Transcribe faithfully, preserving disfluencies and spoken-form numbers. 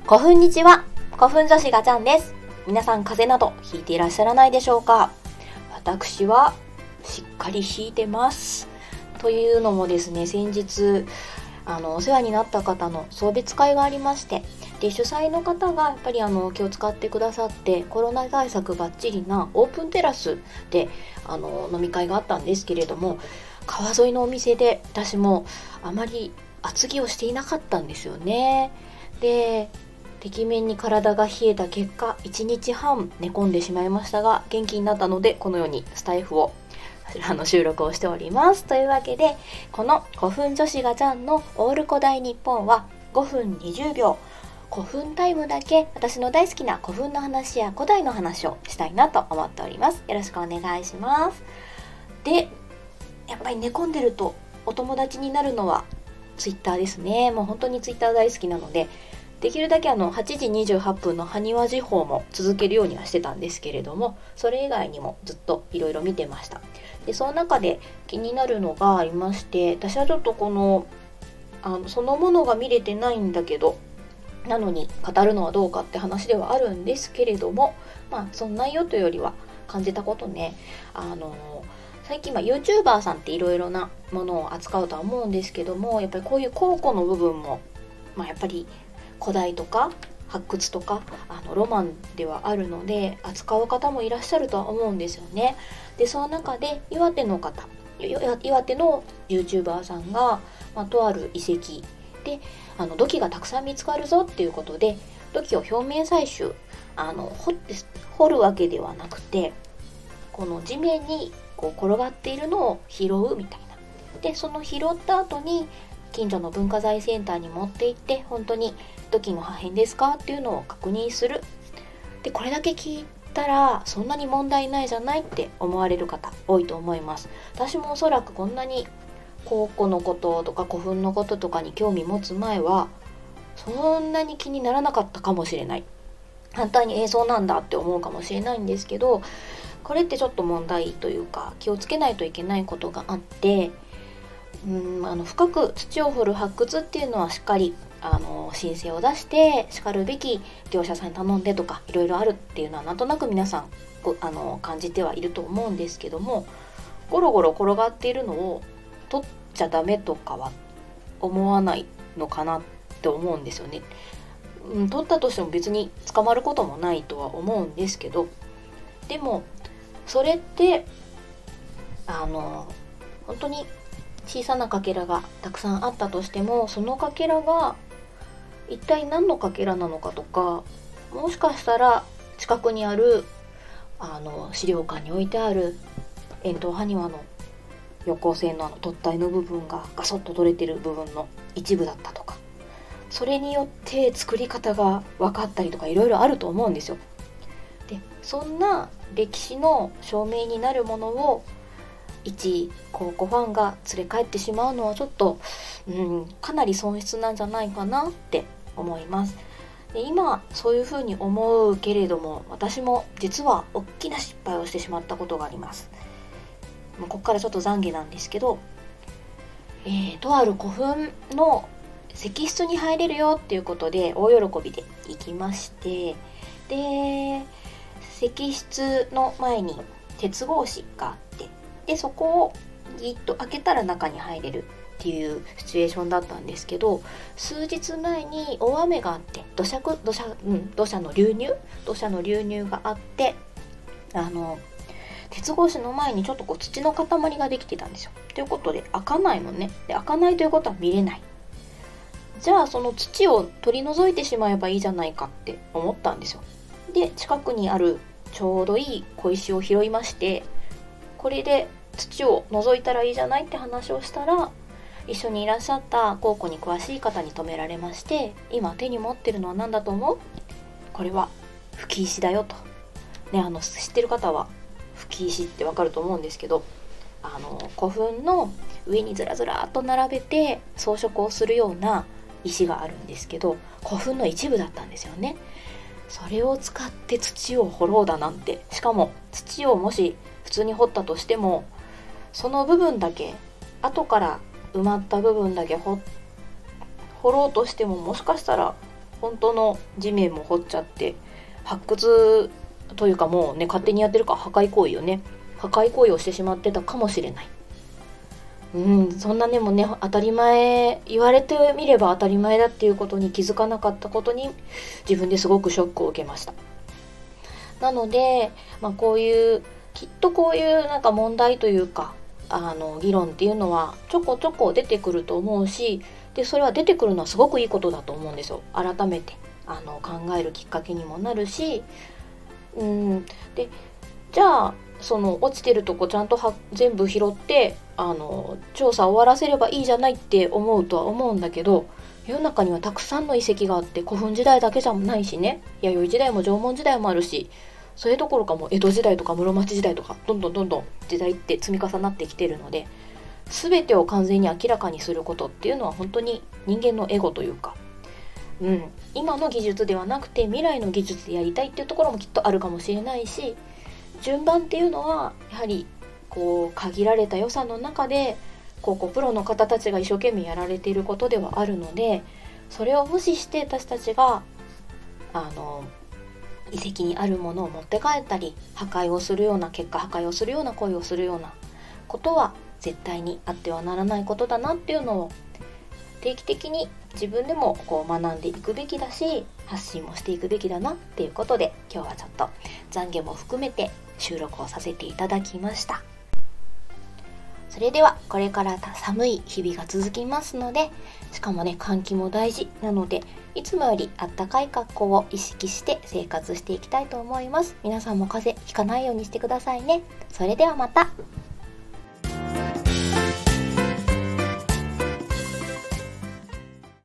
こふんにちは、古墳女子ガチャンです。皆さん風邪などひいていらっしゃらないでしょうか？私はしっかりひいてます。というのもですね、先日あのお世話になった方の送別会がありまして、で主催の方がやっぱりあの気を使ってくださって、コロナ対策バッチリなオープンテラスであの飲み会があったんですけれども、川沿いのお店で私もあまり厚着をしていなかったんですよね。でてきめんに体が冷えた結果、いちにちはん寝込んでしまいましたが、元気になったのでこのようにスタイフをあの収録をしております。というわけで、このごふん女子ガチャンのオール古代日本はごふんにじゅうびょう、古墳タイムだけ私の大好きな古墳の話や古代の話をしたいなと思っております。よろしくお願いします。で、やっぱり寝込んでるとお友達になるのはツイッターですね。もう本当にツイッター大好きなので、できるだけあのはちじにじゅうはっぷんの埴輪時報も続けるようにはしてたんですけれども、それ以外にもずっといろいろ見てました。でその中で気になるのがありまして、私はちょっとこのあのそのものが見れてないんだけど、なのに語るのはどうかって話ではあるんですけれども、まあその内容というよりは感じたことね。あの最近、まあ、YouTuber さんっていろいろなものを扱うとは思うんですけども、やっぱりこういう考古の部分も、まあ、やっぱり古代とか発掘とかあのロマンではあるので、扱う方もいらっしゃるとは思うんですよね。でその中で岩手の方、岩手の YouTuber さんが、まあ、とある遺跡であの土器がたくさん見つかるぞっていうことで、土器を表面採集、あの 掘って、掘るわけではなくて、この地面にこう転がっているのを拾うみたいな。でその拾った後に近所の文化財センターに持って行って、本当に土器の破片ですかっていうのを確認する。でこれだけ聞いたらそんなに問題ないじゃないって思われる方多いと思います。私もおそらくこんなに考古のこととか古墳のこととかに興味持つ前はそんなに気にならなかったかもしれない。反対に映像なんだって思うかもしれないんですけど、これってちょっと問題というか気をつけないといけないことがあって、うんあの深く土を掘る発掘っていうのはしっかりあの申請を出してしかるべき業者さんに頼んでとかいろいろあるっていうのはなんとなく皆さんあの感じてはいると思うんですけども、ゴロゴロ転がっているのを取っちゃダメとかは思わないのかなって思うんですよね。うん、取ったとしても別に捕まることもないとは思うんですけど、でもそれってあの本当に小さなかけらがたくさんあったとしても、そのかけらが一体何のかけらなのかとか、もしかしたら近くにあるあの資料館に置いてある円筒埴輪の横線のあの突体の部分がガソッと取れてる部分の一部だったとか、それによって作り方が分かったりとかいろいろあると思うんですよ。でそんな歴史の証明になるものを一考古ファンが連れ帰ってしまうのはちょっと、うん、かなり損失なんじゃないかなって思います。で今そういうふうに思うけれども、私も実は大きな失敗をしてしまったことがあります。もうここからちょっと懺悔なんですけど、えー、とある古墳の石室に入れるよっていうことで大喜びで行きまして、で石室の前に鉄格子があって、でそこをギッと開けたら中に入れるっていうシチュエーションだったんですけど、数日前に大雨があって、土砂く土砂、うん、土砂の流入土砂の流入があって、あの鉄格子の前にちょっとこう土の塊ができてたんですよ。ということで開かないのね。で開かないということは見れない。じゃあその土を取り除いてしまえばいいじゃないかって思ったんですよ。で近くにあるちょうどいい小石を拾いまして、これで土を除いたらいいじゃないって話をしたら、一緒にいらっしゃった考古に詳しい方に止められまして、今手に持ってるのは何だと思う？これは吹石だよと。ね、あの知ってる方は吹石ってわかると思うんですけど、あの古墳の上にずらずらっと並べて装飾をするような石があるんですけど、古墳の一部だったんですよね。それを使って土を掘ろうだなんて、しかも土をもし普通に掘ったとしても、その部分だけ後から埋まった部分だけ掘掘ろうとしても、もしかしたら本当の地面も掘っちゃって発掘というかもうね勝手にやってるから破壊行為をね破壊行為をしてしまってたかもしれない。うんそんなねもね当たり前言われてみれば当たり前だっていうことに気づかなかったことに自分ですごくショックを受けました。なので、まあ、こういうきっとこういうなんか問題というかあの議論っていうのはちょこちょこ出てくると思うし、でそれは出てくるのはすごくいいことだと思うんですよ。改めてあの考えるきっかけにもなるし、うんでじゃあその落ちてるとこちゃんとは全部拾ってあの調査を終わらせればいいじゃないって思うとは思うんだけど、世の中にはたくさんの遺跡があって古墳時代だけじゃないしね、弥生時代も縄文時代もあるし、それどころかもう江戸時代とか室町時代とかどんどんどんどん時代って積み重なってきてるので、全てを完全に明らかにすることっていうのは本当に人間のエゴというか、うん、今の技術ではなくて未来の技術でやりたいっていうところもきっとあるかもしれないし、順番っていうのはやはりこう限られた予算の中でこうこうプロの方たちが一生懸命やられていることではあるので、それを無視して私たちがあの遺跡にあるものを持って帰ったり破壊をするような結果破壊をするような行為をするようなことは絶対にあってはならないことだなっていうのを定期的に自分でもこう学んでいくべきだし、発信もしていくべきだなっていうことで、今日はちょっと懺悔も含めて収録をさせていただきました。それではこれから寒い日々が続きますので、しかもね換気も大事なので、いつもよりあったかい格好を意識して生活していきたいと思います。皆さんも風邪ひかないようにしてくださいね。それではまた。